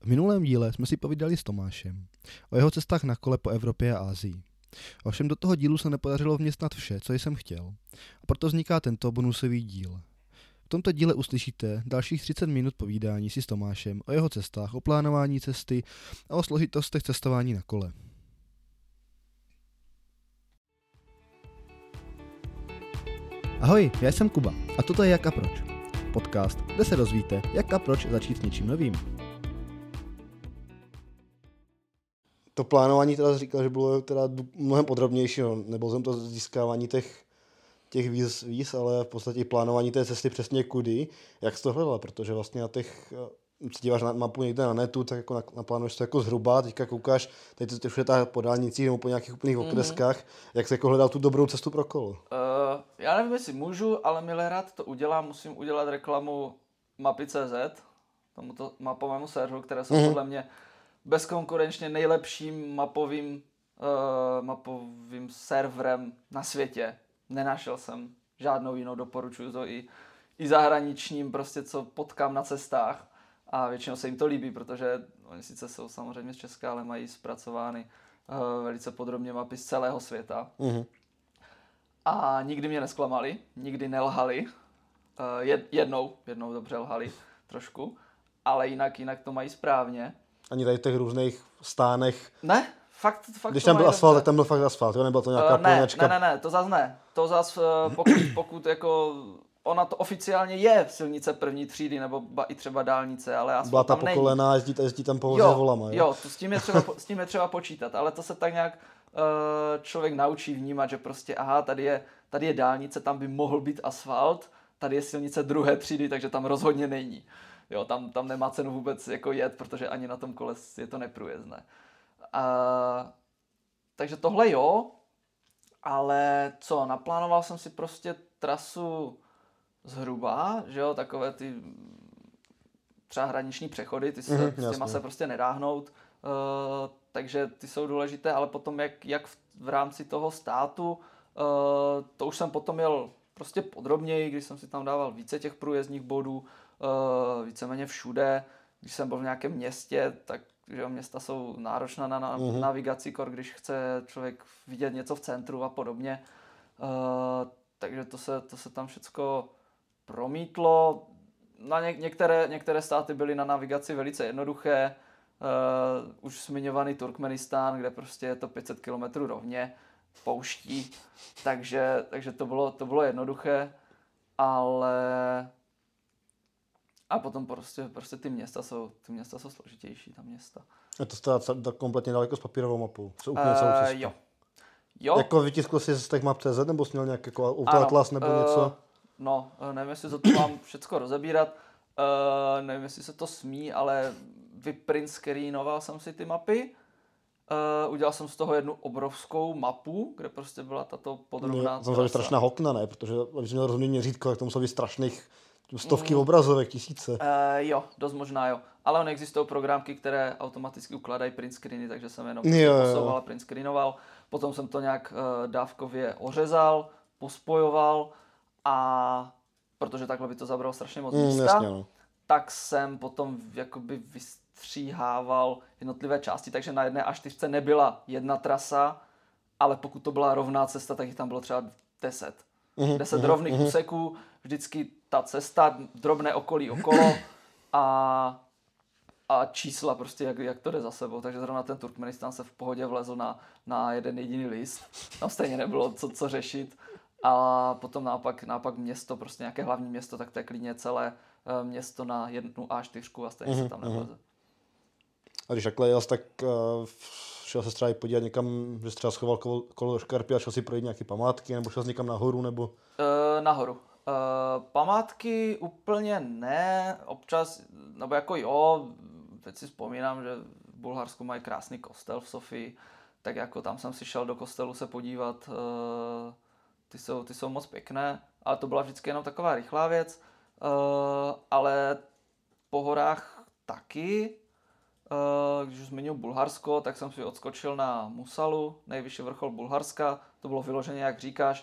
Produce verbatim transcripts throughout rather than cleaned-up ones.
V minulém díle jsme si povídali s Tomášem o jeho cestách na kole po Evropě a Asii. Ovšem do toho dílu se nepodařilo vměstnat vše, co jsem chtěl. A proto vzniká tento bonusový díl. V tomto díle uslyšíte dalších třicet minut povídání si s Tomášem o jeho cestách, o plánování cesty a o složitostech cestování na kole. Ahoj, já jsem Kuba a toto je Jak a proč. Podcast, kde se dozvíte, jak a proč začít s něčím novým. To plánování teda říkal, že bylo teda mnohem podrobnější, no. Nebylo jsem to získávání těch, těch víz, víz, ale v podstatě plánování té cesty přesně kudy, jak jsi to hledala, protože vlastně na těch, si díváš na mapu někde na netu, tak jako naplánuješ to jako zhruba, teďka koukáš, teď to všude tá po dálnicích nebo po nějakých úplných okreskách, mm-hmm. Jak jsi jako hledal tu dobrou cestu pro kolo? Uh, já nevím, jestli můžu, ale milé rád to udělám, musím udělat reklamu mapy tečka cé zet, tomuto mapovému serveru, které jsou mm-hmm. podle mě bezkonkurenčně nejlepším mapovým, uh, mapovým serverem na světě. Nenašel jsem žádnou jinou, doporučuju to i, i zahraničním, prostě co potkám na cestách. A většinou se jim to líbí, protože oni sice jsou samozřejmě z Česka, ale mají zpracovány uh, velice podrobně mapy z celého světa. Mm-hmm. A nikdy mě nesklamali, nikdy nelhali. Uh, jed, jednou, jednou dobře lhali trošku, ale jinak, jinak to mají správně. Ani tady v těch různých stánech. Ne, fakt, fakt. Když tam byl asfalt, tak tam byl fakt asfalt, jo? Nebyla to nějaká uh, ne, plňačka? Ne, ne, ne, to zas ne. To zas, uh, pokud, pokud jako, ona to oficiálně je silnice první třídy, nebo ba, i třeba dálnice, ale asfalt byla ta tam není. pokolená, jezdí, jezdí tam po voze volama, jo? Jo, to s tím je třeba, s tím je třeba počítat, ale to se tak nějak uh, člověk naučí vnímat, že prostě aha, tady je, tady je dálnice, tam by mohl být asfalt, tady je silnice druhé třídy, takže tam rozhodně není. Jo, tam, tam nemá cenu vůbec jako jet, protože ani na tom kole je to neprůjezdné. A, takže tohle jo, ale co, naplánoval jsem si prostě trasu zhruba, že jo, takové ty třeba hraniční přechody, ty se, mm, s těma se prostě nedá hnout, uh, takže ty jsou důležité, ale potom jak, jak v, v rámci toho státu, uh, to už jsem potom jel prostě podrobněji, když jsem si tam dával více těch průjezdních bodů, Uh, víceméně všude. Když jsem byl v nějakém městě, tak že města jsou náročná na, na mm-hmm. navigaci, kor, když chce člověk vidět něco v centru a podobně. Uh, takže to se, to se tam všecko promítlo. Na ně, některé, některé státy byly na navigaci velice jednoduché. Uh, už zmiňovaný Turkmenistán, kde prostě je to pět set kilometrů rovně, pouští. Takže, takže to bylo, to bylo jednoduché, ale a potom prostě, prostě ty města jsou, ty města jsou složitější, ta města. A to jste tak kompletně daleko s papírovou mapou? Jsou úplně uh, celou cestu? Jo. jo. Jako vytiskl jsi z těch map tečka cé zet nebo jsi měl nějak jako autoatlas nebo uh, něco? No, nevím, jestli to tu mám všecko rozebírat. Uh, nevím, jestli se to smí, ale vyprint screenoval jsem si ty mapy. Uh, udělal jsem z toho jednu obrovskou mapu, kde prostě byla tato podrobná trasa. To strašná hokna, ne? Protože když měl rozumný měřítko, tak to muselo být strašných stovky mm. obrazovek, tisíce. Uh, jo, dost možná jo. Ale on existují programky, které automaticky ukládají print screeny, takže jsem jenom posouval a print screenoval. Potom jsem to nějak uh, dávkově ořezal, pospojoval a protože takhle by to zabralo strašně moc místa, mm, jasně, no. Tak jsem potom jakoby vystříhával jednotlivé části, takže na jedné á čtyři nebyla jedna trasa, ale pokud to byla rovná cesta, tak jich tam bylo třeba deset. Mm-hmm, deset mm-hmm, rovných mm-hmm. úseků, vždycky ta cesta, drobné okolí okolo a, a čísla prostě, jak, jak to jde za sebou. Takže zrovna ten Turkmenistán se v pohodě vlezl na, na jeden jediný list. Tam stejně nebylo co, co řešit. A potom naopak, naopak město, prostě nějaké hlavní město, tak to je klidně celé město na jednu á čtyři a stejně mm-hmm, se tam nevleze. A když takhle jel, tak uh, šel se třeba podívat někam, že jsi třeba schoval kolo, kolo do škarpy a šel si projít nějaké památky, nebo šel jsi někam nahoru, nebo? Uh, nahoru. Uh, památky úplně ne, občas, nebo jako jo, teď si vzpomínám, že v Bulharsku mají krásný kostel v Sofii, tak jako tam jsem si šel do kostelu se podívat, uh, ty, jsou, ty jsou moc pěkné, ale to byla vždycky jenom taková rychlá věc, uh, ale po horách taky. Když už zmiňuji Bulharsko, tak jsem si odskočil na Musalu, nejvyšší vrchol Bulharska. To bylo vyloženě, jak říkáš,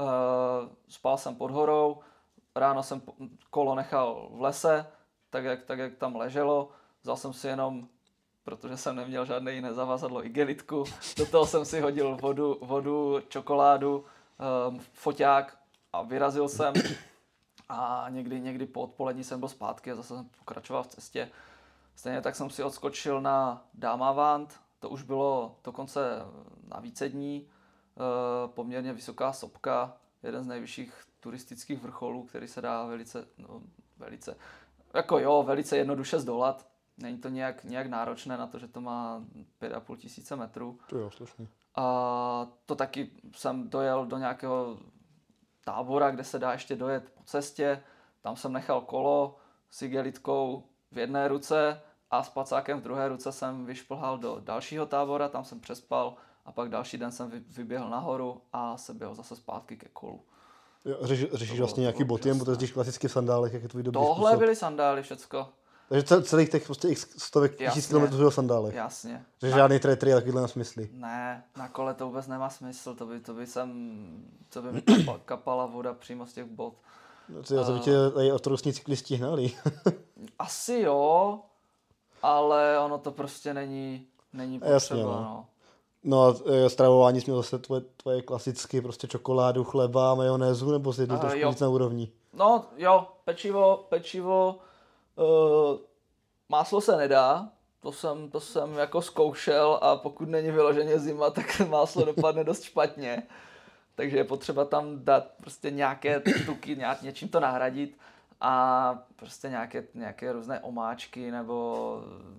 spal jsem pod horou, ráno jsem kolo nechal v lese, tak jak, tak jak tam leželo. Vzal jsem si jenom protože jsem neměl žádné jiné zavazadlo, igelitku. Do toho jsem si hodil vodu, vodu čokoládu, um, foťák a vyrazil jsem. A někdy, někdy po odpolední jsem byl zpátky a zase jsem pokračoval v cestě. Stejně tak jsem si odskočil na Damavand, to už bylo dokonce na více dní, e, poměrně vysoká sopka, jeden z nejvyšších turistických vrcholů, který se dá velice, no, velice, jako jo, velice jednoduše zdolat. Není to nějak, nějak náročné na to, že to má pět a půl tisíce metrů. To jo, slušně. A to taky jsem dojel do nějakého tábora, kde se dá ještě dojet po cestě. Tam jsem nechal kolo s igelitkou v jedné ruce a s pacákem v druhé ruce jsem vyšplhal do dalšího tábora, tam jsem přespal a pak další den jsem vyběhl nahoru a se běhl zase zpátky ke kolu. Jo, řeš, řešíš vlastně nějaký boty, nebo to jezdíš klasicky v sandálech, jak je tvůj dobrý Tohle způsob? byly sandály všecko. Takže celých těch prostě x stovek tisíc kilometrů byl v sandálech. Jasně. Takže na... žádný trade trail takovýhle nesmyslí. Ne, na kole to vůbec nemá smysl, to by, to by jsem, to by mi kapala, kapala voda přímo z těch bot. No, to, to by tě tady autorsní cyklisti hnali. Asi jo, ale ono to prostě není, není potřeba. Jasně, no. No. No a e, stravování jsi měl zase tvoje, tvoje klasicky prostě čokoládu, chleba, majonézu, nebo jsi jednou trošku víc na úrovni? No jo, pečivo, pečivo, uh, máslo se nedá, to jsem, to jsem jako zkoušel a pokud není vyloženě zima, tak máslo dopadne dost špatně. Takže je potřeba tam dát prostě nějaké tuky, nějak, něčím to nahradit a prostě nějaké, nějaké různé omáčky nebo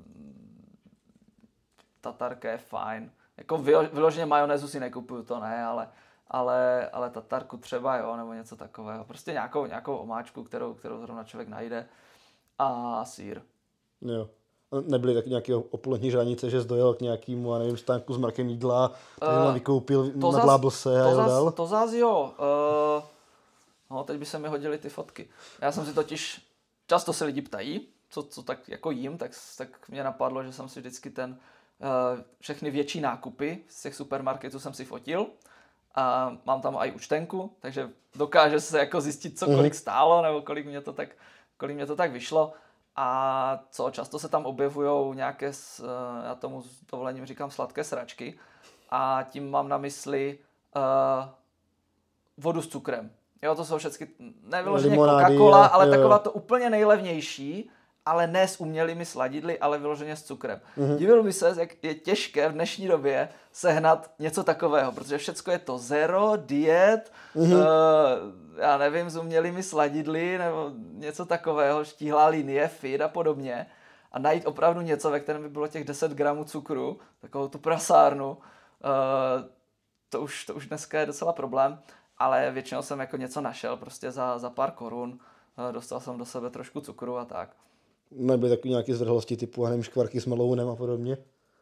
tatarka je fajn. Jako vyloženě majonézu si nekupuju, to ne, ale, ale, ale tatarku třeba, jo, nebo něco takového. Prostě nějakou, nějakou omáčku, kterou, kterou zrovna člověk najde a sýr. Jo. Nebyly taky nějaké opulentní žánice, že jsi dojel k nějakému, já nevím, stánku s markem jídla, který uh, vykoupil, nadlábl se a jel dál? To zás jo. Uh, no, teď by se mi hodily ty fotky. Já jsem si totiž, často se lidi ptají, co, co tak jako jím, tak, tak mě napadlo, že jsem si vždycky ten, uh, všechny větší nákupy z těch supermarketů jsem si fotil. A mám tam i účtenku, takže dokáže se jako zjistit, co kolik stálo, nebo kolik mě to tak, kolik mě to tak vyšlo. A co, často se tam objevují nějaké, já tomu s dovolením říkám sladké sračky a tím mám na mysli uh, vodu s cukrem. Jo, to jsou všechny nevyloženě Coca-Cola, ale jo, jo. Taková to úplně nejlevnější, ale ne s umělými sladidly, ale vyloženě s cukrem. Mm-hmm. Divil by se, jak je těžké v dnešní době sehnat něco takového, protože všecko je to zero, diet, mm-hmm. uh, já nevím, s umělými sladidly nebo něco takového, štíhlá linie, fit a podobně. A najít opravdu něco, ve kterém by bylo těch deset gramů cukru, takovou tu prasárnu, uh, to, už, to už dneska je docela problém, ale většinou jsem jako něco našel prostě za, za pár korun, uh, dostal jsem do sebe trošku cukru a tak. Nebyly takový nějaké zdrhlosti typu, já nevím, škvarky s melounem a podobně?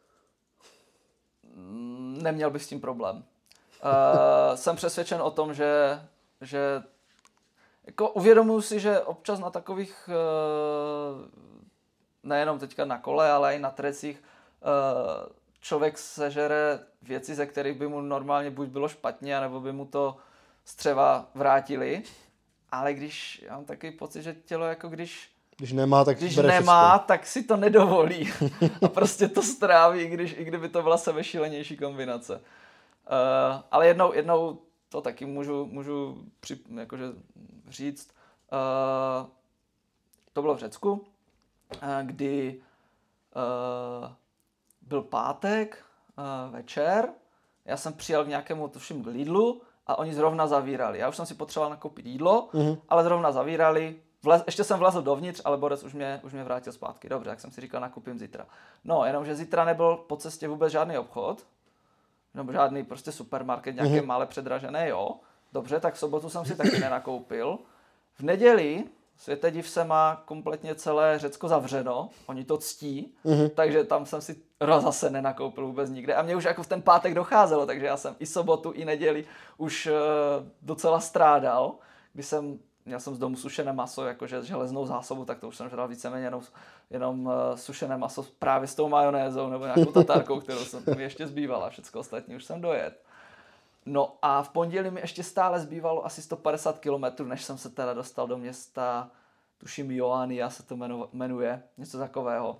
Neměl bych s tím problém. Uh, jsem přesvědčen o tom, že, že jako uvědomuji si, že občas na takových, uh, nejenom teďka na kole, ale i na trecích, uh, člověk sežere věci, ze kterých by mu normálně buď bylo špatně, nebo by mu to střeva vrátili. Ale když, já mám takový pocit, že tělo jako když Když nemá, tak Když nemá, všechno. Tak si to nedovolí. A prostě to stráví, i, když, i kdyby to byla sebešílenější kombinace. Uh, ale jednou, jednou to taky můžu, můžu při, jakože říct. Uh, to bylo v Řecku, uh, kdy uh, byl pátek uh, večer. Já jsem přijel k nějakému, tuším, k Lidlu a oni zrovna zavírali. Já už jsem si potřeboval nakoupit jídlo, mm-hmm. ale zrovna zavírali. Vlez, ještě jsem vlezl dovnitř, ale borec už mě, už mě vrátil zpátky. Dobře, tak jsem si říkal, nakupím zítra. No, jenomže zítra nebyl po cestě vůbec žádný obchod, nebo žádný prostě supermarket, nějaké mm-hmm. mále předražené, jo. Dobře, tak v sobotu jsem si taky nenakoupil. V neděli, světe div se, má kompletně celé Řecko zavřeno, oni to ctí, mm-hmm. takže tam jsem si zase nenakoupil vůbec nikde. A mě už jako v ten pátek docházelo, takže já jsem i sobotu, i neděli už uh, docela strádal, když jsem Měl jsem z domu sušené maso, jakože železnou zásobu, tak to už jsem žral víceméně jenom, jenom uh, sušené maso právě s tou majonézou nebo nějakou tatárkou, kterou jsem mi ještě zbývala. Všecko ostatní už jsem dojet. No a v pondělí mi ještě stále zbývalo asi sto padesát kilometrů, než jsem se teda dostal do města, tuším Ioannina se to jmenuje, něco takového.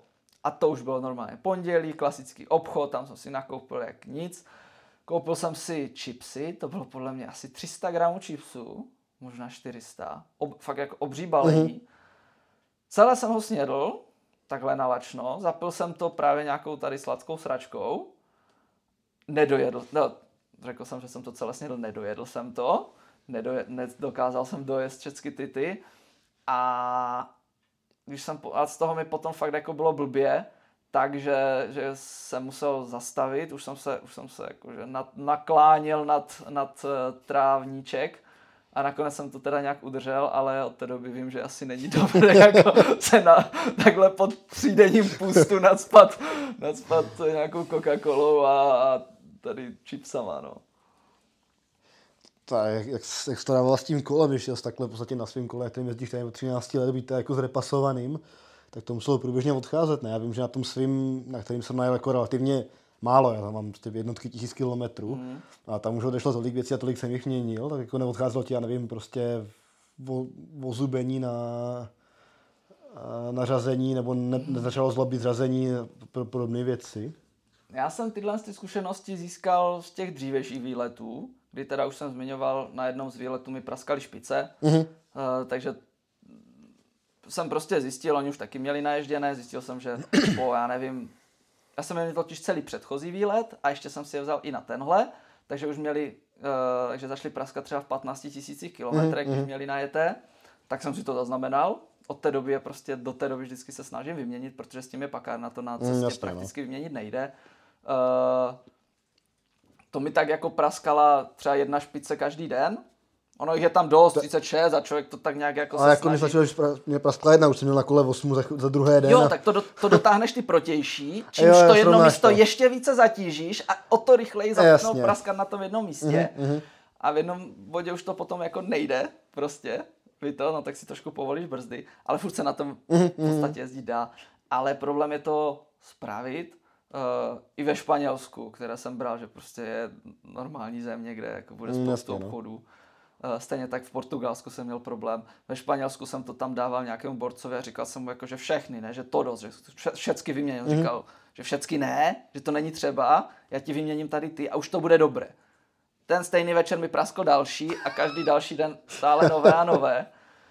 A to už bylo normálně pondělí, klasický obchod, tam jsem si nakoupil jak nic. Koupil jsem si chipsy, to bylo podle mě asi tři sta gramů chipsů, možná čtyři sta, Ob, fakt jako obří balení. Mm-hmm. Celé jsem ho snědl, takhle nalačno, zapil jsem to právě nějakou tady sladkou sračkou, nedojedl, no, řekl jsem, že jsem to celé snědl, nedojedl jsem to, nedoje, nedokázal jsem dojet všechny tyty a když jsem, a z toho mi potom fakt jako bylo blbě, takže že jsem musel zastavit, už jsem se, už jsem se jakože nad, nakláněl nad, nad trávníček a nakonec jsem to teda nějak udržel, ale od té doby vím, že asi není dobré jako se na, takhle pod přídením pustu nadspat, nadspat nějakou Coca-Colou a, a tady chipsama, no. Tak, jak, jak, jak jsi to dával s tím kolem, když jsi takhle v podstatě na svým kole, kterým jezdíš tady od třinácti let, být jako zrepasovaným, tak to muselo průběžně odcházet, ne? Já vím, že na tom svým, na kterým jsem najel jako relativně málo, já tam mám prostě jednotky tisíc kilometrů mm. a tam už odešlo tolik věcí a tolik jsem jich měnil, tak jako neodcházelo ti, já nevím, prostě vo, vozubení na, na řazení, nebo ne, nezačalo zlobit řazení pro podobné věci. Já jsem tyhle ty zkušenosti získal z těch dřívějších výletů, kdy teda už jsem zmiňoval, na jednom z výletů mi praskaly špice, mm-hmm. uh, takže jsem prostě zjistil, oni už taky měli naježděné, zjistil jsem, že po, já nevím, já jsem měl totiž celý předchozí výlet a ještě jsem si je vzal i na tenhle, takže už měli, uh, takže zašli praskat třeba v patnácti tisících kilometrech, mm-hmm. když měli najeté, tak jsem si to zaznamenal. Od té doby je prostě, do té doby vždycky se snažím vyměnit, protože s tím je pakárna, to na cestě mm, jasně, prakticky no. vyměnit nejde. Uh, to mi tak jako praskala třeba jedna špice každý den. Ono jich je tam dost, třicet šest a člověk to tak nějak jako ale se jako snaží. Ale jako mě, mě praskla jedna, už jsem měl na kole osm za, za druhé den. Jo, a... tak to, do, to dotáhneš ty protější, čímž jo, to jedno místo to. ještě více zatížíš a o to rychleji začnou praskat na tom jednom místě. Mm-hmm. A v jednom bodě už to potom jako nejde prostě. Ví to, no tak si trošku povolíš brzdy, ale furt se na tom v podstatě jezdit dá. Ale problém je to spravit. Uh, i ve Španělsku, které jsem bral, že prostě je normální země, kde jako bude spoustu mm, obchodů. Uh, stejně tak v Portugalsku jsem měl problém. Ve Španělsku jsem to tam dával nějakému borcovi a říkal jsem mu, jako, že všechny, ne, že to dost, že vše, všecky vyměnil. Mm. Říkal, že všecky ne, že to není třeba, já ti vyměním tady ty a už to bude dobré. Ten stejný večer mi praskl další a každý další den stále nové a nové.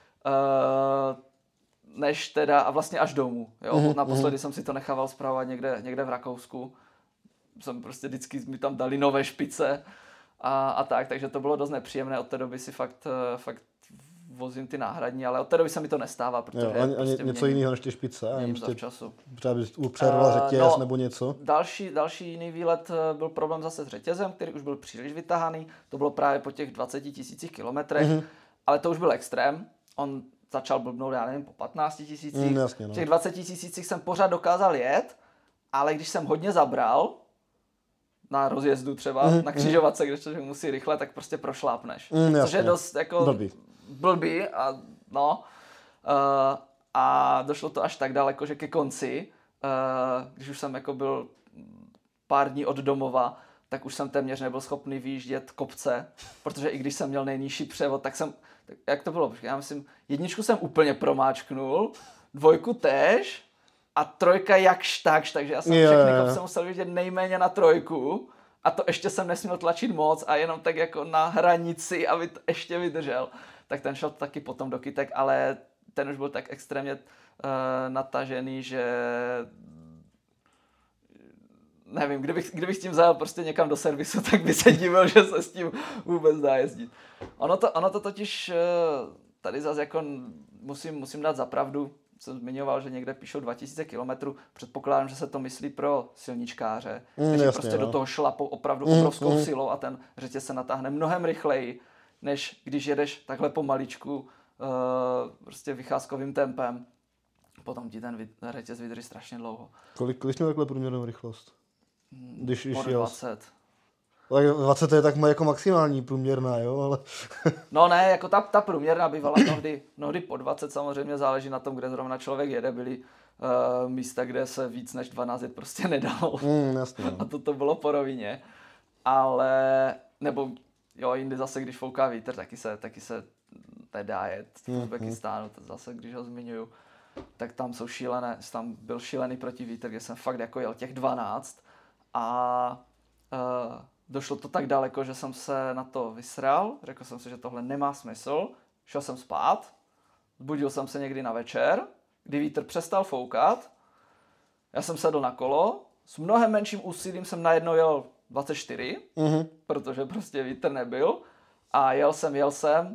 Uh, než teda, a vlastně až domů. Jo? Mm-hmm. Naposledy jsem si to nechával spravovat někde, někde v Rakousku. Jsem prostě vždycky mi tam dali nové špice a, a tak, takže to bylo dost nepříjemné. Od té doby si fakt, fakt vozím ty náhradní, ale od té doby se mi to nestává, protože... Jo, ani, prostě něco jiného než ty špice? Měním zavčasu. Třeba bys upředoval uh, řetěz no, nebo něco? Další, další jiný výlet byl problém zase s řetězem, který už byl příliš vytahaný. To bylo právě po těch dvaceti tisících kilometrech, mm-hmm. ale to už byl extrém. On začal blbnout, já nevím, po patnácti tisících. Mm, jasně, no. V těch dvaceti tisících jsem pořád dokázal jet, ale když jsem hodně zabral, na rozjezdu třeba, mm, na křižovatce, kde člověk musí rychle, tak prostě prošlápneš. Mm, což je dost jako blbý, blbý a no. Uh, a došlo to až tak daleko, že ke konci, uh, když už jsem jako byl pár dní od domova, tak už jsem téměř nebyl schopný vyjíždět kopce, protože i když jsem měl nejnižší převod, tak jsem, tak jak to bylo? Já myslím, jedničku jsem úplně promáčknul, dvojku též a trojka jakž takž, takže já jsem yeah. všechny kopce musel vidět nejméně na trojku a to ještě jsem nesměl tlačit moc a jenom tak jako na hranici, aby to ještě vydržel. Tak ten šel taky potom do kytek, ale ten už byl tak extrémně uh, natažený, že nevím, kdybych, kdybych s tím zajel prostě někam do servisu, tak by se divil, že se s tím vůbec dá jezdit. Ono to, ono to totiž tady zase jako musím, musím dát za pravdu. Jsem zmiňoval, že někde píšou dva tisíce kilometrů. Předpokládám, že se to myslí pro silničkáře, mm, kteří jasně, prostě no. do toho šlapou opravdu mm, obrovskou mm. silou a ten řetěz se natáhne mnohem rychleji, než když jedeš takhle pomaličku uh, prostě vycházkovým tempem. Potom ti ten řetěz vydrží strašně dlouho. Kolik, kolik měl takhle průměrnou rychlost? Když, když po dvacet. Tak dvacet je tak jako maximální průměrná, jo, ale... No ne, jako ta, ta průměrná bývala mnohdy, mnohdy po dvacet, samozřejmě záleží na tom, kde zrovna člověk jede. Byly uh, místa, kde se víc než dvanáct jet prostě nedalo. Mm, jasně. A to to bylo po rovině. Ale, nebo jo, jindy zase, když fouká vítr, taky se, taky se nedá jet v Uzbekistánu, to zase, když ho zmiňuju. tak tam jsou šílené, tam byl šílený protivítr, kde jsem fakt jako jel těch dvanáct a uh, došlo to tak daleko, že jsem se na to vysral, řekl jsem si, že tohle nemá smysl, šel jsem spát, zbudil jsem se někdy na večer, kdy vítr přestal foukat, já jsem sedl na kolo, s mnohem menším úsilím jsem najednou jel dvacet čtyři, mm-hmm. protože prostě vítr nebyl a jel jsem, jel jsem,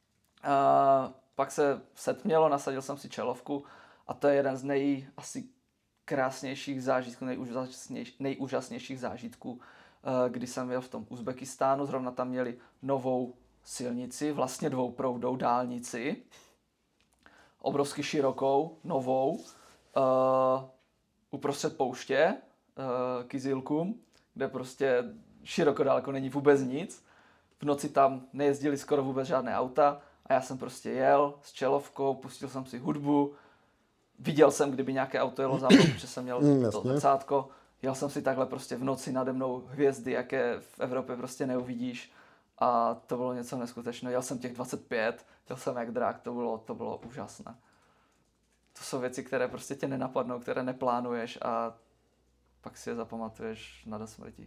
uh, pak se setmělo, nasadil jsem si čelovku a to je jeden z nej, asi krásnějších zážitků, nejúžasnějších, nejúžasnějších zážitků, uh, kdy jsem jel v tom Uzbekistánu, zrovna tam měli novou silnici, vlastně dvouproudou dálnici, obrovsky širokou, novou, uh, uprostřed pouště, uh, Kyzylkum, kde prostě široko daleko není vůbec nic. V noci tam nejezdili skoro vůbec žádné auta a já jsem prostě jel s čelovkou, pustil jsem si hudbu, viděl jsem, kdyby nějaké auto jelo za mnou, protože jsem měl mm, to zrcátko, jel jsem si takhle prostě v noci nade mnou hvězdy, jaké v Evropě prostě neuvidíš a to bylo něco neskutečného. Jel jsem těch dvacet pět, jel jsem jak drak, to bylo, to bylo úžasné. To jsou věci, které prostě tě nenapadnou, které neplánuješ a pak si je zapamatuješ na do smrti.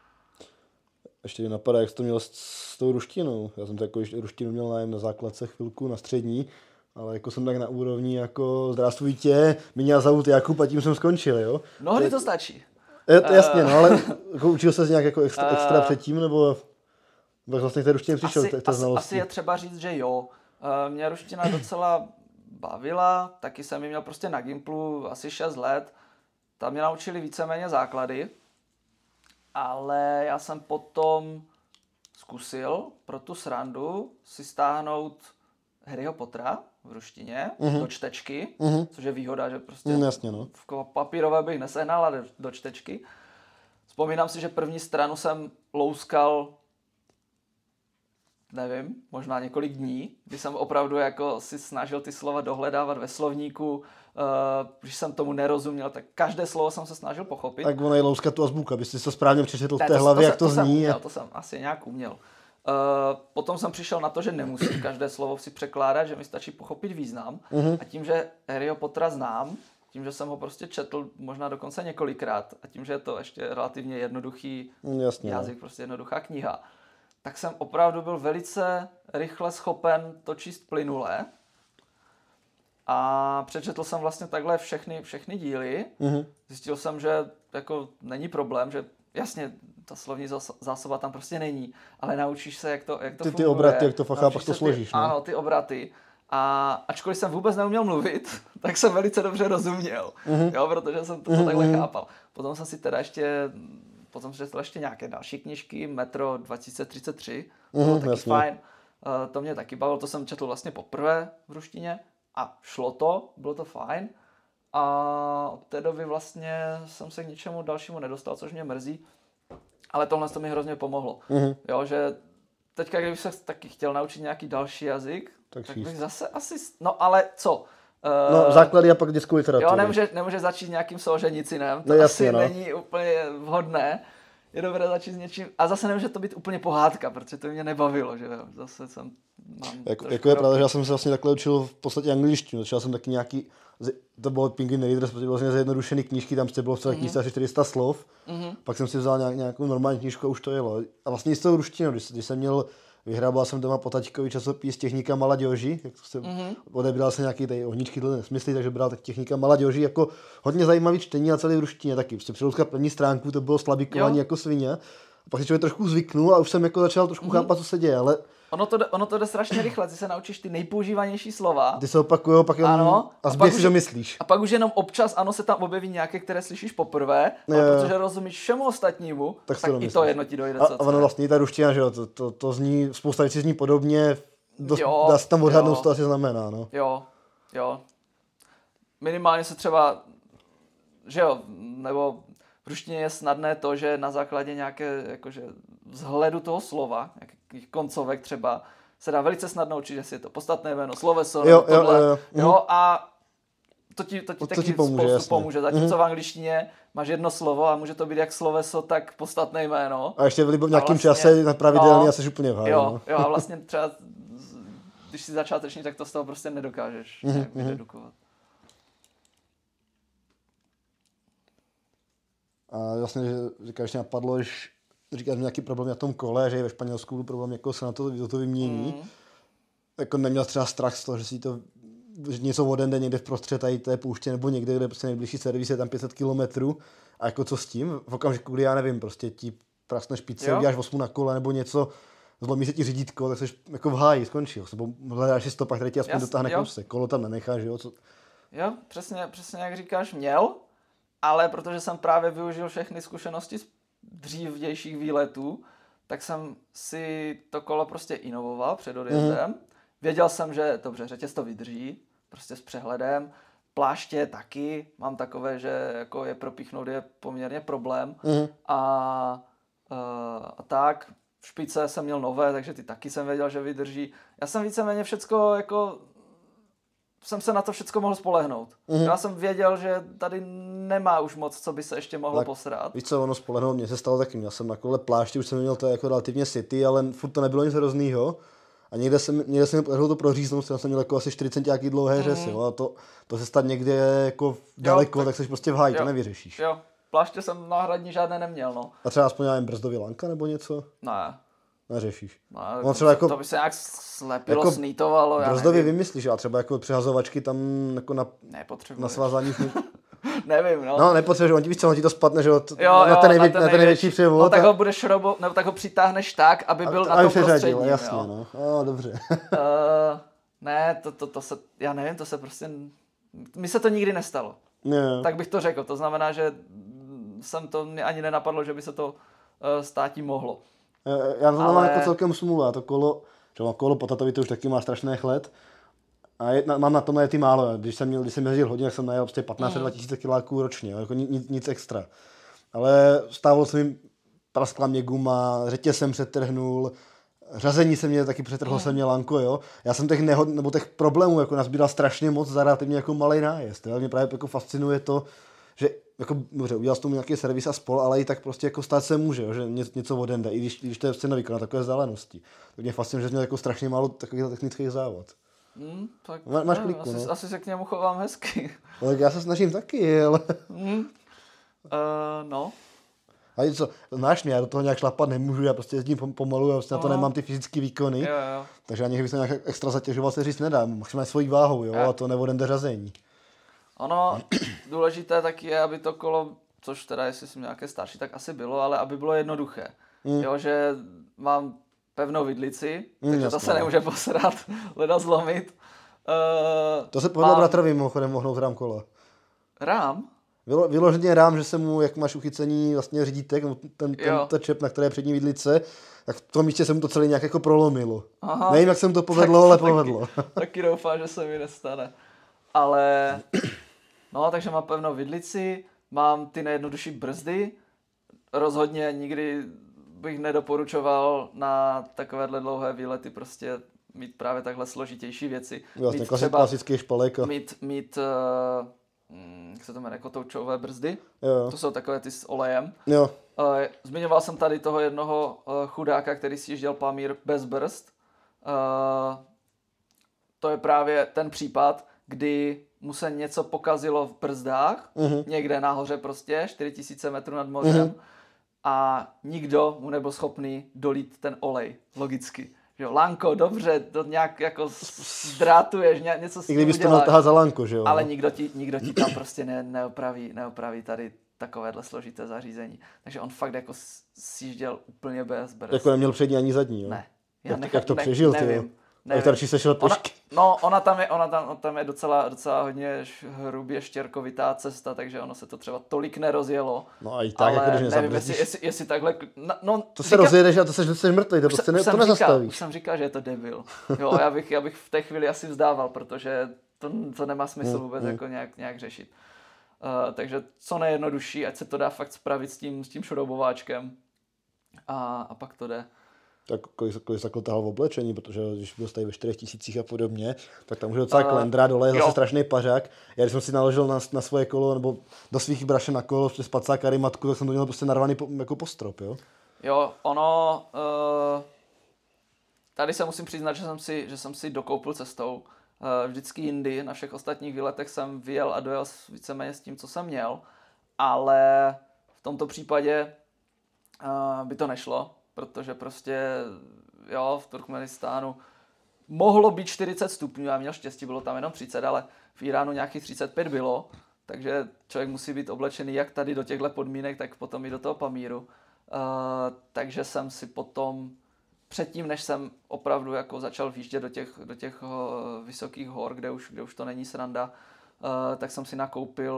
Ještě mi napadá, jak jsi to měl s, s tou ruštinou. Já jsem takovou ruštinu měl nájem na základce chvilku, na střední, ale jako jsem tak na úrovni jako zdravstvuj tě, měl zavut Jakub a tím jsem skončil, jo? Mnohdy to stačí. Je, to jasně, no, ale jako učil ses nějak jako extra, extra předtím, nebo tak vlastně k té ruštině přišel, asi, té asi, znalosti? asi je třeba říct, že jo. Mě ruština docela bavila, taky jsem ji měl prostě na Gimplu asi šest let. Tam mě naučili víceméně základy, ale já jsem potom zkusil pro tu srandu si stáhnout Harryho Pottera v ruštině mm-hmm. do čtečky, mm-hmm. což je výhoda, že prostě mm, jasně, no. v papírové bych nesehnal, ale do čtečky. Vzpomínám si, že první stranu jsem louskal, nevím, možná několik dní, kdy jsem opravdu jako si snažil ty slova dohledávat ve slovníku. Uh, když jsem tomu nerozuměl, tak každé slovo jsem se snažil pochopit. Tak ono je louskat tu azbuku, abys si to správně přečetl v té to, hlavě, to, jak to, to zní. Jsem uměl, to jsem asi nějak uměl. Uh, potom jsem přišel na to, že nemusím každé slovo si překládat, že mi stačí pochopit význam. Uh-huh. A tím, že Harryho Pottera znám, tím, že jsem ho prostě četl možná dokonce několikrát a tím, že je to ještě relativně jednoduchý Jasně, jazyk, no. prostě jednoduchá kniha, tak jsem opravdu byl velice rychle schopen to číst plynule. A přečetl jsem vlastně takhle všechny, všechny díly. Mm-hmm. Zjistil jsem, že jako není problém, že jasně ta slovní zásoba tam prostě není, ale naučíš se, jak to, jak to ty, funguje. Ty obraty, jak to fakt pak to složíš. Ty, ano, ty obraty. A ačkoliv jsem vůbec neuměl mluvit, tak jsem velice dobře rozuměl, mm-hmm. jo, protože jsem to mm-hmm. takhle chápal. Potom jsem si teda ještě, potom jsem četl ještě nějaké další knížky, Metro dva tisíce třicet tři, to bylo mm-hmm, taky jasně. fajn. Uh, to mě taky bavilo, to jsem četl vlastně poprvé v ruštině. A šlo to, bylo to fajn a od té doby vlastně jsem se k ničemu dalšímu nedostal, což mě mrzí, ale tohle to mi hrozně pomohlo. Mm-hmm. Jo, že teďka, kdybych se taky chtěl naučit nějaký další jazyk, tak, tak bych zase asi, no ale co? No základy a pak dětskou literaturu. Jo, nemůže, nemůže začít nějakým Solženicinem, to no, jasně, asi no. není úplně vhodné. Je dobré začít s něčím, a zase nemůže to být úplně pohádka, protože to mě nebavilo, že jo, zase jsem mám jako, jako je pravda, že já jsem se vlastně takhle učil v podstatě angličtinu, začal jsem taky nějaký, to bylo Penguin Readers, protože vlastně zjednodušený knížky, tam bylo v celé knížce asi čtyři sta slov, mm-hmm. pak jsem si vzal nějak, nějakou normální knížku a už to jelo. A vlastně s tou ruštinou, když, když jsem měl, vyhrával jsem doma po taťkovi časopis Technika Maladěži, jak se mm-hmm. odebral se nějaký tady ohníčky, tohle nesmyslí, takže bral tak Technika Maladěži, jako hodně zajímavý čtení a celý v ruštině taky. Prostě přelouskat první stránku, to bylo slabikování jako svině. A pak si člověk trošku zvyknul a už jsem jako začal trošku mm-hmm. chápat, co se děje, ale Ono to, ono to jde strašně rychle, ty se naučíš ty nejpoužívanější slova. Ty se opakujou, pak jenom ano, a zběh si to myslíš. A pak už jenom občas, ano, se tam objeví nějaké, které slyšíš poprvé, ale je, protože rozumíš všemu ostatnímu, tak, tak i to jedno ti dojde. A, a ono vlastně ta ruština, že jo, to, to, to zní, spousta věcí zní podobně, dost, jo, dá se tam odhadnout, co to asi znamená, no. Jo, jo. Minimálně se třeba, že jo, nebo v ruštině je snadné to, že na základě nějaké jakože vzhledu toho slova, nějakých koncovek třeba, se dá velice snadno učit, jestli je to podstatné jméno, sloveso, jo, tohle, jo, jo, jo, a to ti, to ti to taky ti pomůže, spoustu pomůže. Zatímco v angličtině máš jedno slovo a může to být jak sloveso, tak podstatné jméno. A ještě v nějakém vlastně, čase na pravidelný no, a jsi úplně v háji. Jo, no. jo, a vlastně třeba, když jsi začátečník, tak to z toho prostě nedokážeš mm-hmm. dedukovat. A vlastně, že říkáš, že napadlo, že říkáš, nějaký problém na tom kole, že je ve Španělsku byl problém, jako se na to, to, to vymění. Mm. Jako neměl třeba strach z toho, že si to že něco odende někde v prostřed tady té pouště nebo někde, kde prostě nejbližší servis je tam pět set kilometrů a jako co s tím? V okamžiku, kdy já nevím, prostě ti prasne špice, uděláš osmu na kole nebo něco, zlomí se ti řídítko, tak jsi jako v háji, skončil. Nebo hledáš si stopa, který ti aspoň Jas, dotáhne kousek, kolo tam nenecháš, jo? Co? Jo, přesně, přesně jak říkáš, měl, ale protože jsem právě využil všechny zkušenosti z dřívějších výletů, tak jsem si to kolo prostě inovoval před odjezdem. Mm. Věděl jsem, že dobře, řetěz to vydrží, prostě s přehledem. Pláště taky, mám takové, že jako je propíchnout je poměrně problém. Mm. A, a tak, špice jsem měl nové, takže ty taky jsem věděl, že vydrží. Já jsem víceméně všecko jako... jsem se na to všecko mohl spolehnout. Mm. Já jsem věděl, že tady nemá už moc, co by se ještě mohlo tak, posrát. Víš co, ono spolehnout, mně se stalo taky. Měl jsem na kole pláště, už jsem měl to jako relativně city, ale furt to nebylo nic hroznýho. A někde jsem, někde jsem podařilo to proříznout, jsem měl jako asi čtyřicet nějaký dlouhé řesy. Mm. A to, to se stát někde jako daleko, jo, tak, tak jsi prostě v háji, to nevyřešíš. Jo, pláště jsem náhradní žádné neměl, no. A třeba aspoň nějaký brzdový lanka nebo něco? Ne. Neřešíš. No, to, třeba jako, to by se nějak slepilo, jako snýtovalo. Brzdově vymyslíš, a třeba jako přehazovačky tam jako na, na svázání. Nevím, no. No, nepotřebuješ, on ti víš co, on ti to spadne, že jo, jo, na, ten nejvě, na ten největší, největší převod. No tak ho budeš šrobo, nebo tak ho přitáhneš tak, aby byl a, na tom prostředním, jasně, jo. No, no, dobře. uh, ne, to, to, to se, já nevím, to se prostě, mi se to nikdy nestalo. Ne. Tak bych to řekl, to znamená, že jsem to, mě ani nenapadlo, že by se to uh, státí mohlo. Já to ale... mám jako celkem smůla, to kolo, že mám kolo po tatovi, to už taky má strašný chled. A je, mám na tom najetý málo, když jsem, měl, když jsem jezdil hodně, tak jsem najel prostě patnáct až dvacet tisíc kiláků ročně, jako nic, nic extra. Ale stávalo se mi, praskla mě guma, řetěz jsem přetrhnul, řazení se mě taky přetrhlo, mm. se mě lanko, jo. Já jsem těch nehod, nebo těch problémů jako nazbíral strašně moc za relativně jako malej nájezd. Jo. Mě právě jako fascinuje to, že jako, dobře, udělal jsem tomu nějaký servis a spol, ale i tak prostě jako stát se může, jo, že něco odende, i když, když to je prostě nevýkon na takové vzdálenosti. Tak mě fascinuje, že měl jako strašně málo takových technických závod. Hmm, tak Má, máš kliku, asi, no? asi se k němu chovám hezky. No, tak já se snažím taky, ale... Hmm. Uh, no. A co, znáš mě, já do toho nějak šlapat nemůžu, já prostě jezdím pomalu, já prostě na to nemám ty fyzické výkony. Jo, jo. Takže ani kdybych se nějak extra zatěžoval, se říct nedám. Maximálně svojí váhou, jo, jo. A to nevodem řazení. Ono, důležité taky je, aby to kolo, což teda jestli jsem nějaké starší, tak asi bylo, ale aby bylo jednoduché. Mm. Jo, že mám pevnou vidlici, mm, takže jasný, to se nemůže posrat, leda zlomit. Uh, to se povedlo mám... bratrovi mimochodem mohnout rám kola. Rám? Vylo, vyloženě rám, že se mu, jak máš uchycení vlastně řídítek, ten, ten, ten čep, na které je přední vidlice, tak v tom místě se mu to celé nějak jako prolomilo. Aha, nevím, jak se mu to povedlo, ale taky, povedlo. Taky doufám, že se mi nestane. Ale, no, takže mám pevnou vidlici, mám ty nejjednodušší brzdy, rozhodně nikdy bych nedoporučoval na takovéhle dlouhé výlety prostě mít právě takhle složitější věci. Vlastně mít třeba klasický špalek. A... Mít, mít uh, jak se to jmenuje, kotoučové brzdy, jo. To jsou takové ty s olejem. Jo. Uh, zmiňoval jsem tady toho jednoho uh, chudáka, který si jížděl Pamír bez brzd. Uh, to je právě ten případ, kdy mu se něco pokazilo v brzdách, uh-huh. někde nahoře prostě, čtyři tisíce metrů nad mořem, uh-huh. a nikdo mu nebyl schopný dolít ten olej, logicky. Jo, lanko, dobře, to nějak jako zdrátuješ, ně, něco s tím uděláš. I kdybys to natáhl za lanko, že jo. Ale nikdo ti, nikdo ti tam prostě ne, neopraví, neopraví tady takovéhle složité zařízení. Takže on fakt jako sjížděl úplně bez brzd. Jako neměl přední ani zadní, jo? Ne. Jak, nechal, jak to ne, přežil, ty jo? Tak to radši se šel pěšky. No, ona tam je, ona tam, tam je docela, docela hodně hrubě štěrkovitá cesta, takže ono se to třeba tolik nerozjelo. No a i tak, jako když nevím, jestli, jestli, jestli takhle... No, to se říká, rozjedeš a to seš, seš mrtvý, to prostě ne, to nezastavíš. Už jsem říkal, že je to debil. Jo, já bych, já bych v té chvíli asi vzdával, protože to, to nemá smysl vůbec mm, jako nějak, nějak řešit. Uh, takže co nejjednodušší, ať se to dá fakt spravit s tím, s tím šroubováčkem a, a pak to jde. Tak kolik, kolik se tahal v oblečení, protože když byl tady ve čtyřech tisících a podobně, tak tam už docela uh, klendra, dole je zase strašný pařák. Já když jsem si naložil na, na svoje kolo, nebo do svých brašen na kolo, přes pacákary matku, tak jsem to měl prostě narvaný po, jako po strop, jo? Jo, ono, uh, tady se musím přiznat, že jsem si, že jsem si dokoupil cestou. Uh, vždycky jindy, na všech ostatních výletech jsem vyjel a dojel víceméně s tím, co jsem měl, ale v tomto případě uh, by to nešlo, protože prostě jo, v Turkmenistánu mohlo být čtyřicet stupňů, já měl štěstí, bylo tam jenom třicet, ale v Iránu nějakých třicet pět bylo, takže člověk musí být oblečený jak tady do těchto podmínek, tak potom i do toho Pamíru. Uh, takže jsem si potom, předtím, než jsem opravdu jako začal výjíždět do těch, do těch uh, vysokých hor, kde už, kde už to není sranda, uh, tak jsem si nakoupil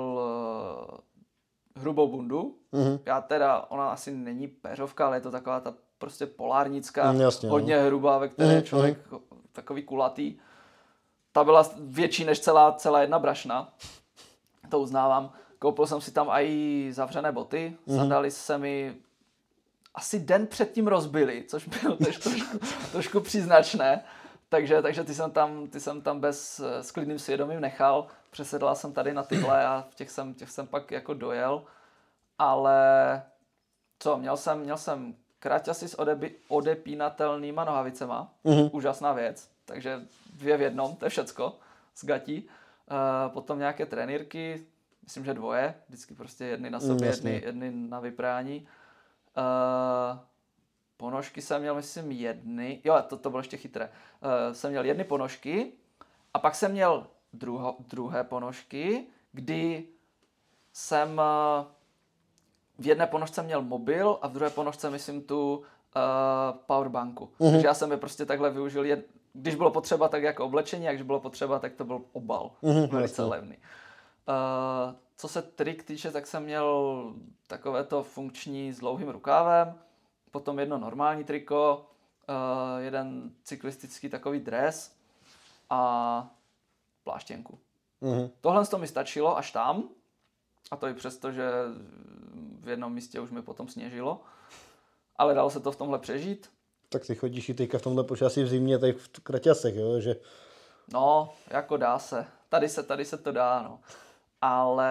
uh, hrubou bundu. Mm-hmm. Já teda, ona asi není péřovka, ale je to taková ta prostě polárnická, mm, jasně, hodně no. hrubá, ve které mm, člověk mm. takový kulatý. Ta byla větší než celá, celá jedna brašna, to uznávám. Koupil jsem si tam i zavřené boty, mm. sandály se mi asi den předtím rozbily, což bylo trošku, trošku příznačné, takže, takže ty, jsem tam, ty jsem tam bez, s klidným svědomím nechal, přesedla jsem tady na tyhle a v těch jsem, těch jsem pak jako dojel, ale co, měl jsem, měl jsem kraťasy s odebi, odepínatelnýma nohavicema, mm-hmm. úžasná věc, takže dvě v jednom, to je všecko, z gatí, uh, potom nějaké trenýrky, myslím, že dvoje, vždycky prostě jedny na sobě, mm, jedny, jedny na vyprání. Uh, ponožky jsem měl, myslím, jedny, jo, to, to bylo ještě chytré, uh, jsem měl jedny ponožky a pak jsem měl druho, druhé ponožky, kdy jsem uh, v jedné ponožce měl mobil a v druhé ponožce, myslím, tu uh, powerbanku. Mm-hmm. Takže já jsem je prostě takhle využil, jed... když bylo potřeba, tak jako oblečení, a když bylo potřeba, tak to byl obal, mm-hmm, velice levný. Uh, co se trik týče, tak jsem měl takovéto funkční s dlouhým rukávem, potom jedno normální triko, uh, jeden cyklistický takový dres a pláštěnku. Mm-hmm. Tohle to mi stačilo až tam, a to i přesto, že v jednom místě už mi potom sněžilo, ale dalo se to v tomhle přežít. Tak ty chodíš i teďka v tomhle počasí v zimě, tady v kraťasech, jo, že... No, jako dá se. Tady se, tady se to dá, no. Ale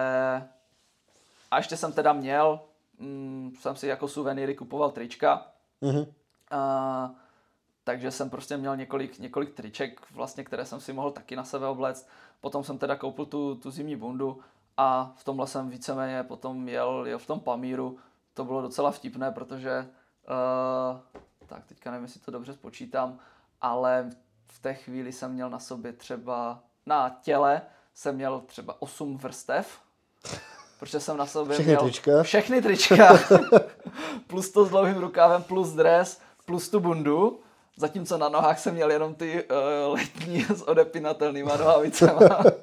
a ještě jsem teda měl, mm, jsem si jako suvenýry kupoval trička, mm-hmm. a, takže jsem prostě měl několik, několik triček, vlastně, které jsem si mohl taky na sebe obléct. Potom jsem teda koupil tu, tu zimní bundu a v tomhle jsem víceméně potom jel, jel v tom Pamíru. To bylo docela vtipné, protože, uh, tak teďka nevím, jestli to dobře spočítám, ale v té chvíli jsem měl na sobě třeba, na těle, jsem měl třeba osm vrstev, protože jsem na sobě všechny měl trička. všechny trička, plus to s dlouhým rukávem, plus dres, plus tu bundu, zatímco na nohách jsem měl jenom ty uh, letní s odepínatelnýma nohavicema.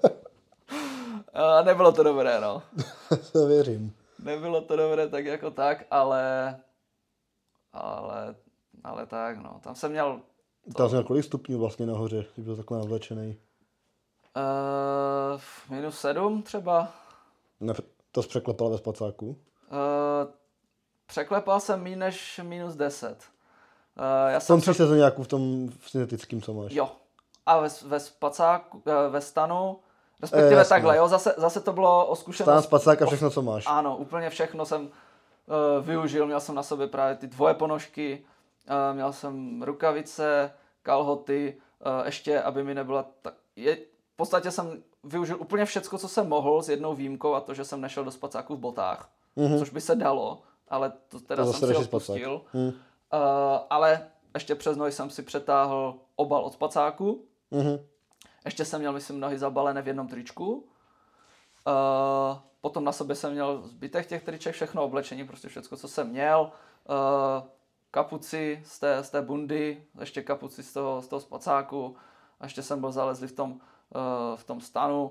A nebylo to dobré, no. To věřím. Nebylo to dobré tak jako tak, ale, ale, ale tak, no. Tam jsem měl... To... Tam jsem měl kolik stupňů vlastně nahoře, když byl takhle navlečený? Uh, minus sedm třeba. Ne, to jsi překlepal ve spacáku? Uh, překlepal jsem méně než minus deset. Uh, já v tom přísezóňáku, v tom syntetickém, co máš? Jo. A ve, ve spacáku, ve stanu, respektive e, takhle, jo, zase, zase to bylo o zkušenost. Stan, spacák a všechno, co máš. Ano, úplně všechno jsem uh, využil, měl jsem na sobě právě ty dvoje ponožky, uh, měl jsem rukavice, kalhoty, uh, ještě, aby mi nebyla tak... Je, v podstatě jsem využil úplně všecko, co jsem mohl, s jednou výjimkou, a to, že jsem nešel do spacáku v botách, mm-hmm. což by se dalo, ale to teda to jsem si odpustil. Mm. Uh, ale ještě přes nohy jsem si přetáhl obal od spacáku. Mm-hmm. Ještě jsem měl, myslím, nohy zabalené v jednom tričku. Uh, potom na sobě jsem měl zbytek těch triček, všechno oblečení, prostě všecko, co jsem měl. Uh, kapuci z té, z té bundy, ještě kapuci z toho, z toho spacáku. A ještě jsem byl zalezlý v tom, uh, v tom stanu.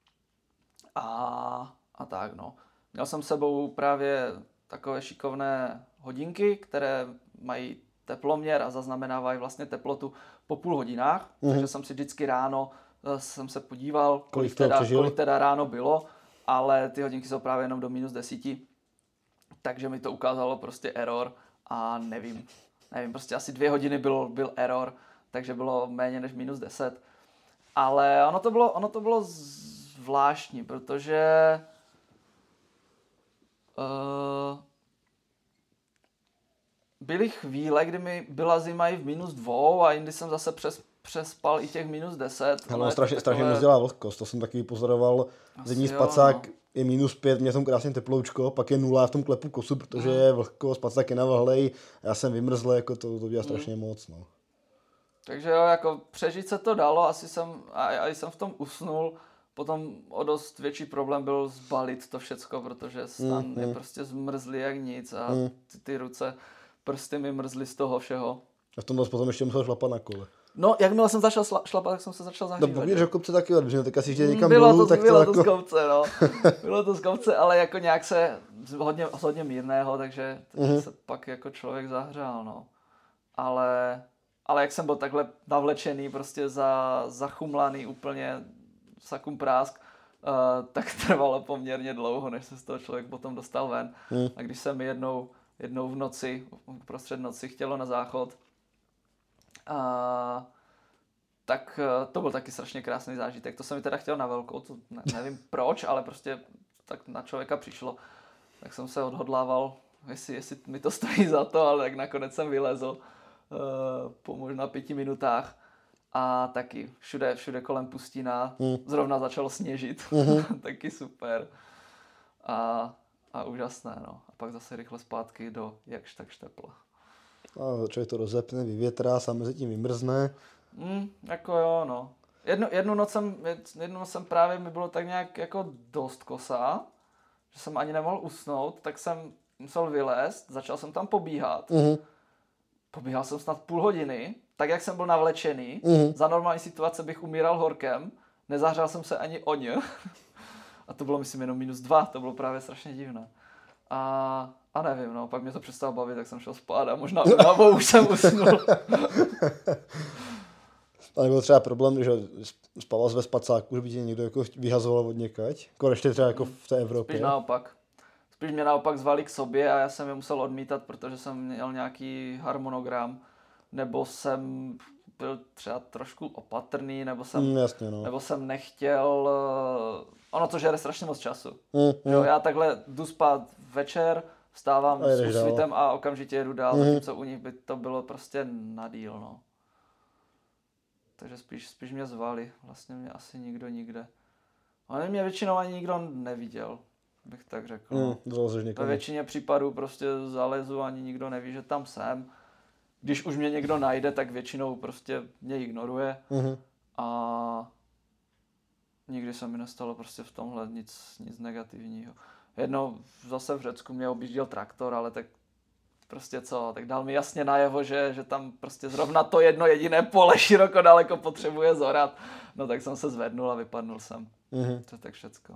A, a tak, no. Měl jsem s sebou právě takové šikovné hodinky, které mají teploměr a zaznamenávají vlastně teplotu po půl hodinách. Mm-hmm. Takže jsem si vždycky ráno uh, jsem se podíval, kolik, kolik, teda, kolik teda ráno bylo, ale ty hodinky jsou právě jenom do minus desíti. Takže mi to ukázalo prostě error a nevím. Nevím, prostě asi dvě hodiny byl, byl error, takže bylo méně než minus deset. Ale ono to bylo, ono to bylo zvláštní, protože uh, byly chvíle, kdy mi byla zima i v minus dvou a jindy jsem zase přes, přespal i těch minus deset. Ano, strašně, takové... strašně moc dělá vlhkost, to jsem taky pozoroval. Zimní spacák, no. je minus pět, mě jsem krásně teploučko, pak je nula v tom klepu kosu, protože je vlhko, spad taky navhlej, já jsem vymrzlej, jako to, to dělá strašně mm. moc, no. Takže jo, jako přežít se to dalo, asi jsem, a, a jsem v tom usnul, potom o dost větší problém byl zbalit to všecko, protože stan mm, je mm. prostě zmrzlý jak nic a mm. ty, ty ruce, prsty mi mrzly z toho všeho. A v tom vás potom ještě musel šlapat na kole. No, jakmile jsem začal šla, šlapat, tak jsem se začal zahřívat. No, pokud že kopce taky odběžně, tak asi jde někam bylo dolů, to, tak bylo to, to jako... z kopce, no. Bylo to z kopce, ale jako nějak se hodně, hodně mírného, takže, takže mm-hmm. se pak jako člověk zahřál, no. Ale, ale jak jsem byl takhle navlečený, prostě za, zachumlaný úplně, sakum prásk, uh, tak trvalo poměrně dlouho, než se z toho člověk potom dostal ven. Mm. A když se mi jednou, jednou v noci, prostřed noci chtělo na záchod, uh, tak to byl taky strašně krásný zážitek. To jsem mi teda chtěl na velkou, to ne, nevím proč, ale prostě tak na člověka přišlo. Tak jsem se odhodlával, jestli, jestli mi to stojí za to, ale tak nakonec jsem vylezl uh, po možná pěti minutách a taky všude, všude kolem pustina, mm. zrovna začalo sněžit, mm-hmm. taky super a, a úžasné, no. A pak zase rychle zpátky do jakž takž tepla. A člověk to rozepne, vyvětrá, sám mezi tím vymrzne. Mm, jako jo, no. Jednu, jednu, noc jsem, jednu noc jsem právě, mi bylo tak nějak jako dost kosa, že jsem ani nemohl usnout, tak jsem musel vylézt, začal jsem tam pobíhat. Mm-hmm. Pobíhal jsem snad půl hodiny, tak jak jsem byl navlečený, mm-hmm. za normální situace bych umíral horkem, nezahřál jsem se ani o ně. A to bylo myslím jenom minus dva, to bylo právě strašně divné. A, a nevím, no, pak mě to přestalo bavit, tak jsem šel spát a možná únavou už jsem usnul. A nebyl třeba problém, že spával jsi ve spacáku, že by tě někdo jako vyhazoval od někať? Konečně třeba jako v té Evropě. Spíš naopak. Spíš mě naopak zvali k sobě a já jsem je musel odmítat, protože jsem měl nějaký harmonogram, nebo jsem byl třeba trošku opatrný, nebo jsem, mm, jasně, no. nebo jsem nechtěl... Ono to žere strašně moc času. Mm, jo, mm. já takhle jdu spát večer, vstávám s úsvitem a okamžitě jedu dál, mm. zatímco u nich by to bylo prostě na díl, no. Takže spíš, spíš mě zvali, vlastně mě asi nikdo nikde. Ale mě většinou ani nikdo neviděl, bych tak řekl. Mm, Ve většině případů prostě zalezu, ani nikdo neví, že tam jsem. Když už mě někdo najde, tak většinou prostě mě ignoruje. Mm-hmm. A nikdy se mi nestalo prostě v tomhle nic, nic negativního. Jednou zase v Řecku mě objížděl traktor, ale tak prostě co, tak dal mi jasně najevo, že, že tam prostě zrovna to jedno jediné pole široko daleko potřebuje zorat. No tak jsem se zvednul a vypadnul jsem. Mm-hmm. To je tak všecko.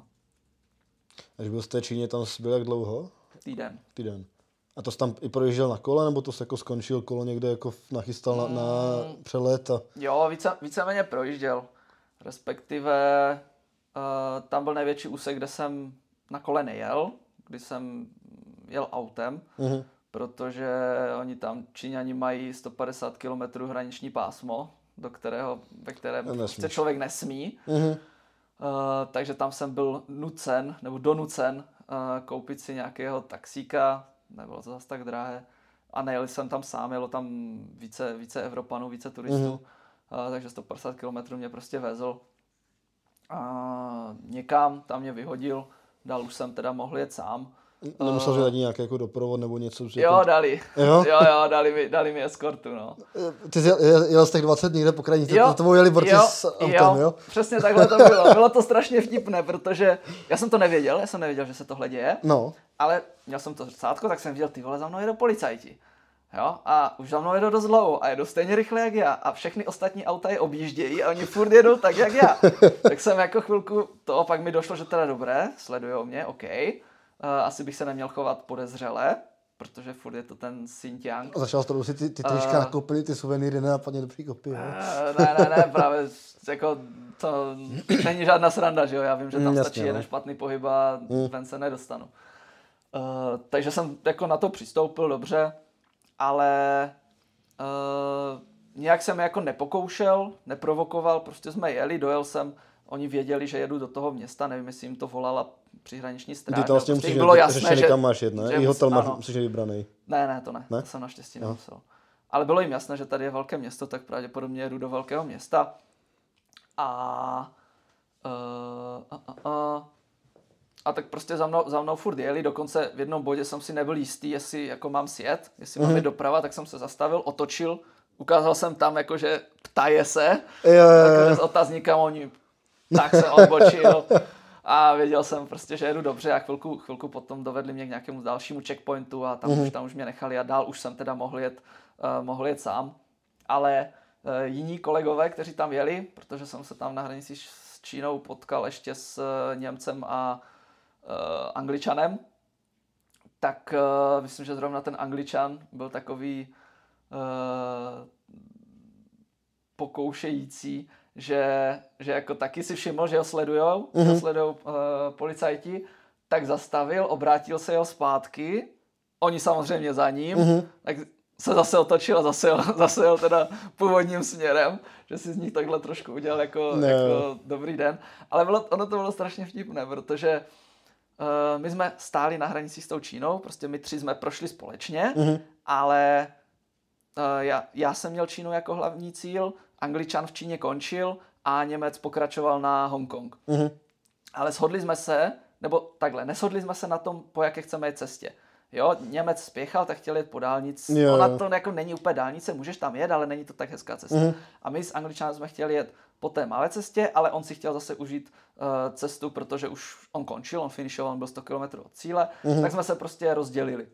Až byl z té Číně, tam jsi byl jak dlouho? Týden. Týden. A to jsi tam i projížděl na kole, nebo to jsi jako skončil kolo někde jako nachystal na, na přelet? A... Jo, více, víceméně projížděl. Respektive uh, tam byl největší úsek, kde jsem na kole nejel, kdy jsem jel autem. Mm-hmm. Protože oni tam, Číňani, mají sto padesát kilometrů hraniční pásmo, do kterého, ve kterém se člověk nesmí. Mm-hmm. Uh, takže tam jsem byl nucen, nebo donucen uh, koupit si nějakého taxíka, nebylo to zase tak drahé. A nejel jsem tam sám, jelo tam více, více Evropanů, více turistů. Mm-hmm. Uh, takže sto padesát kilometrů mě prostě vezl. Uh, někam, tam mě vyhodil, dál už jsem teda mohl jet sám. Nemusel uh, dát nějaký jako doprovod nebo něco? Jo, tam... dali. Jo? jo, jo, dali mi, dali mi eskortu, no. Ty jsi jel, jel z těch dvacet někde po krajní, to tebou jeli borci s autem, jo? jo? Přesně takhle to bylo. Bylo to strašně vtipné, protože já jsem to nevěděl, já jsem nevěděl, že se tohle děje, no. Ale měl jsem to zrcátko, tak jsem viděl, ty vole, za mnou jedou policajti. Jo? A už za mnou jedou dost dlouho a jedou stejně rychle jak já a všechny ostatní auta je objíždějí a oni furt jedou tak jak já. Tak jsem jako chvilku, to pak mi došlo, že teda dobré, sledujou mě, OK. Uh, asi bych se neměl chovat podezřele, protože furt je to ten Xinjiang. A začal jsi si ty, ty trička uh, nakoupili, ty suvenýry nenápadně do příkopy, jo? Uh, ne, ne, ne, právě jako to není žádná sranda, že jo? Já vím, že tam mm, stačí jasně, jeden no. špatný pohyb a mm. ven se nedostanu. Uh, takže jsem jako na to přistoupil dobře, ale uh, nějak jsem jako nepokoušel, neprovokoval, prostě jsme jeli, dojel jsem, oni věděli, že jedu do toho města, nevím, jestli jim to volala příhraniční stráž. Ty to vlastně prostě musíš bylo jasné, že kam máš jet, ne? I hotel máš, musíš vybraný. Ne, ne, to ne, ne? To jsem naštěstí no. nemusel. Ale bylo jim jasné, že tady je velké město, tak pravděpodobně jedu do velkého města. A, uh, uh, uh, uh, A tak prostě za mnou, za mnou furt jeli, dokonce v jednom bodě jsem si nebyl jistý, jestli jako mám sjet, jestli mám jít doprava, tak jsem se zastavil, otočil, ukázal jsem tam jakože ptaje se, Jo, jo, jo. jakože s otazníkem oni, tak se odbočil a věděl jsem prostě, že jedu dobře a chvilku, chvilku potom dovedli mě k nějakému dalšímu checkpointu a tam, mm-hmm. už, tam už mě nechali a dál už jsem teda mohl jet, uh, mohl jet sám, ale uh, jiní kolegové, kteří tam jeli, protože jsem se tam na hranici s Čínou potkal ještě s uh, Němcem a Uh, Angličanem, tak uh, myslím, že zrovna ten Angličan byl takový uh, pokoušející, že, že jako taky si všiml, že ho sledujou, mm-hmm. že sledujou uh, policajti, tak zastavil, obrátil se jel zpátky, oni samozřejmě za ním, mm-hmm. tak se zase otočil a zase jel, zase jel teda původním směrem, že si z nich takhle trošku udělal jako, no. jako dobrý den. Ale bylo, ono to bylo strašně vtipné, protože Uh, my jsme stáli na hranici s tou Čínou, prostě my tři jsme prošli společně, mm-hmm. ale uh, já, já jsem měl Čínu jako hlavní cíl, Angličan v Číně končil a Němec pokračoval na Hongkong. Mm-hmm. Ale shodli jsme se, nebo takhle, neshodli jsme se na tom, po jaké chceme jít cestě. Jo, Němec spěchal, tak chtěl jet po dálnici. Jo. Ona to jako není úplně dálnice, můžeš tam jet, ale není to tak hezká cesta. Mm-hmm. A my s Angličanem jsme chtěli jet po té malé cestě, ale on si chtěl zase užít uh, cestu, protože už on končil, on finišoval, on byl sto kilometrů od cíle, mm-hmm. tak jsme se prostě rozdělili.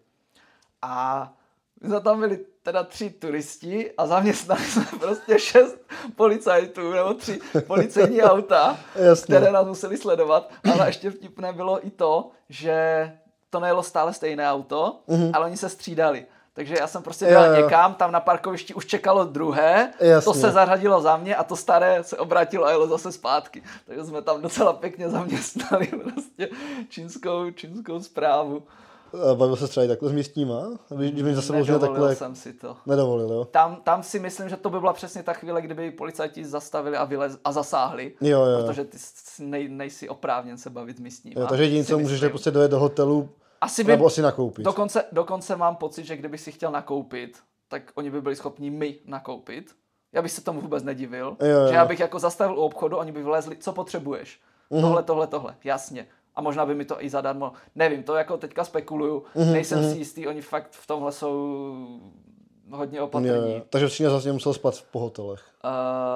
A my jsme tam byli teda tři turisti a zaměstnali jsme prostě šest policajtů nebo tři policejní auta, které nás museli sledovat. Ale ještě vtipné bylo i to, že to nejelo stále stejné auto, mm-hmm. ale oni se střídali. Takže já jsem prostě byl někam, tam na parkovišti už čekalo druhé, Jasně. to se zařadilo za mě a to staré se obrátilo a jelo zase zpátky. Takže jsme tam docela pěkně zaměstnali prostě čínskou, čínskou správu. A bavil se třeba i takhle s místníma? Když mi zase Nedovolil takhle... jsem si to. Nedovolil, jo? Tam, tam si myslím, že to by byla přesně ta chvíle, kdyby policajti zastavili a, vylez, a zasáhli. Jo, jo. Protože ty nej, nejsi oprávněn se bavit s místníma. Jo, takže jediný, co můžeš, je prostě dojet do hotelu asi by, nebo asi nakoupit. Dokonce, dokonce mám pocit, že kdyby si chtěl nakoupit, tak oni by byli schopni my nakoupit. Já bych se tomu vůbec nedivil. Jo, jo. Že já bych jako zastavil u obchodu, oni by vlezli, co potřebuješ? Mm-hmm. Tohle, tohle, tohle, jasně. A možná by mi to i zadarmo, nevím, to jako teďka spekuluju, mm-hmm, nejsem mm-hmm. si jistý, oni fakt v tomhle jsou hodně opatrní. Jo, takže v Číně zase musel spát po hotelech. Uh,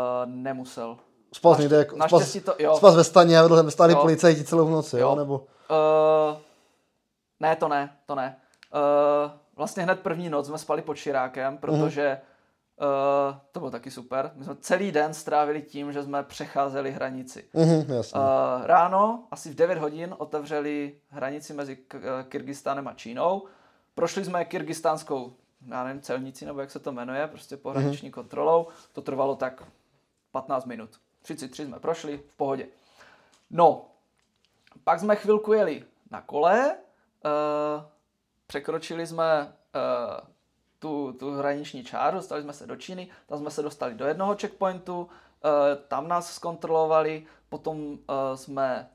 nemusel. Spal Naště, někde, jako, naštěstí to, jo. Spal ve staně a vedle stáli policajti celou noc, jo? jo? Nebo... Uh, ne, to ne, to ne. Uh, vlastně hned první noc jsme spali pod Širákem, protože mm-hmm. uh, to bylo taky super. My jsme celý den strávili tím, že jsme přecházeli hranici. Mm-hmm, jasně. Uh, ráno, asi v devět hodin, otevřeli hranici mezi K- Kyrgyzstánem a Čínou. Prošli jsme kyrgyzstánskou, já nevím, celnici, nebo jak se to jmenuje, prostě pohraniční mm-hmm. kontrolou. To trvalo tak patnáct minut. třicet tři jsme prošli, v pohodě. No, pak jsme chvilku jeli na kole, uh, překročili jsme uh, tu, tu hraniční čáru, dostali jsme se do Číny, tam jsme se dostali do jednoho checkpointu, uh, tam nás zkontrolovali, potom uh, jsme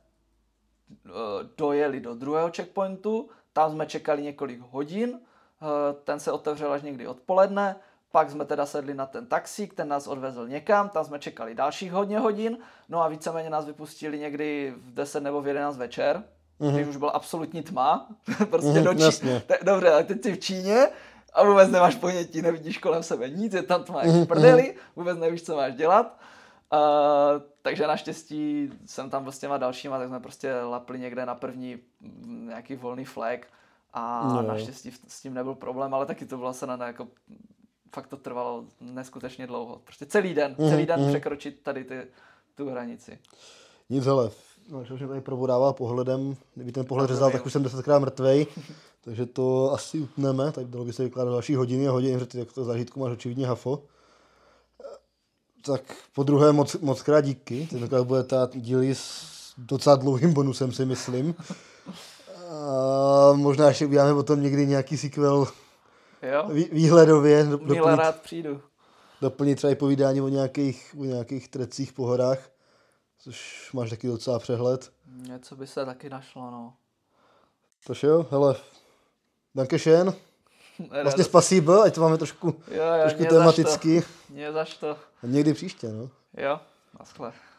uh, dojeli do druhého checkpointu, tam jsme čekali několik hodin, uh, ten se otevřel až někdy odpoledne, pak jsme teda sedli na ten taxík, ten nás odvezl někam, tam jsme čekali dalších hodně hodin, no a víceméně nás vypustili někdy v deset nebo v jedenáct večer, mm-hmm. když už byla absolutní tma, prostě mm-hmm, do Číny. Dobře, ale teď jsi v Číně a vůbec nemáš ponětí, nevidíš kolem sebe nic, je tam tma jak v prdeli, vůbec nevíš, co máš dělat. Uh, takže naštěstí jsem tam prostě s těma dalšíma, tak jsme prostě lapli někde na první nějaký volný flag a no. Naštěstí s tím nebyl problém, ale taky to byla se na jako fakt to trvalo neskutečně dlouho. Prostě celý den, mm, celý den mm. překročit tady ty, tu hranici. Nic, hele, no, že tady probodává pohledem, kdyby ten pohled řezal, tak už jsem desetkrát mrtvej, takže to asi utneme, tak dalo by se vykládat další hodiny a hodiny, protože ty jako to zážitku máš očividně hafo. Tak po druhé moc, moc krát díky, tentokrát bude ta díly s docela dlouhým bonusem, si myslím. A možná ještě uděláme potom někdy nějaký sequel. Jo. Vý, výhledově. Do, doplnit, rád přijdu. Doplnit třeba i povídání o nějakých, o nějakých trecích po horách, což máš taky docela přehled. Něco by se taky našlo, no. Tož jo, hele, danke schön. Vlastně spasíbo, ať to máme trošku, jo, jo, trošku tematicky. Mě zač to. A někdy příště, no. Jo, naschle.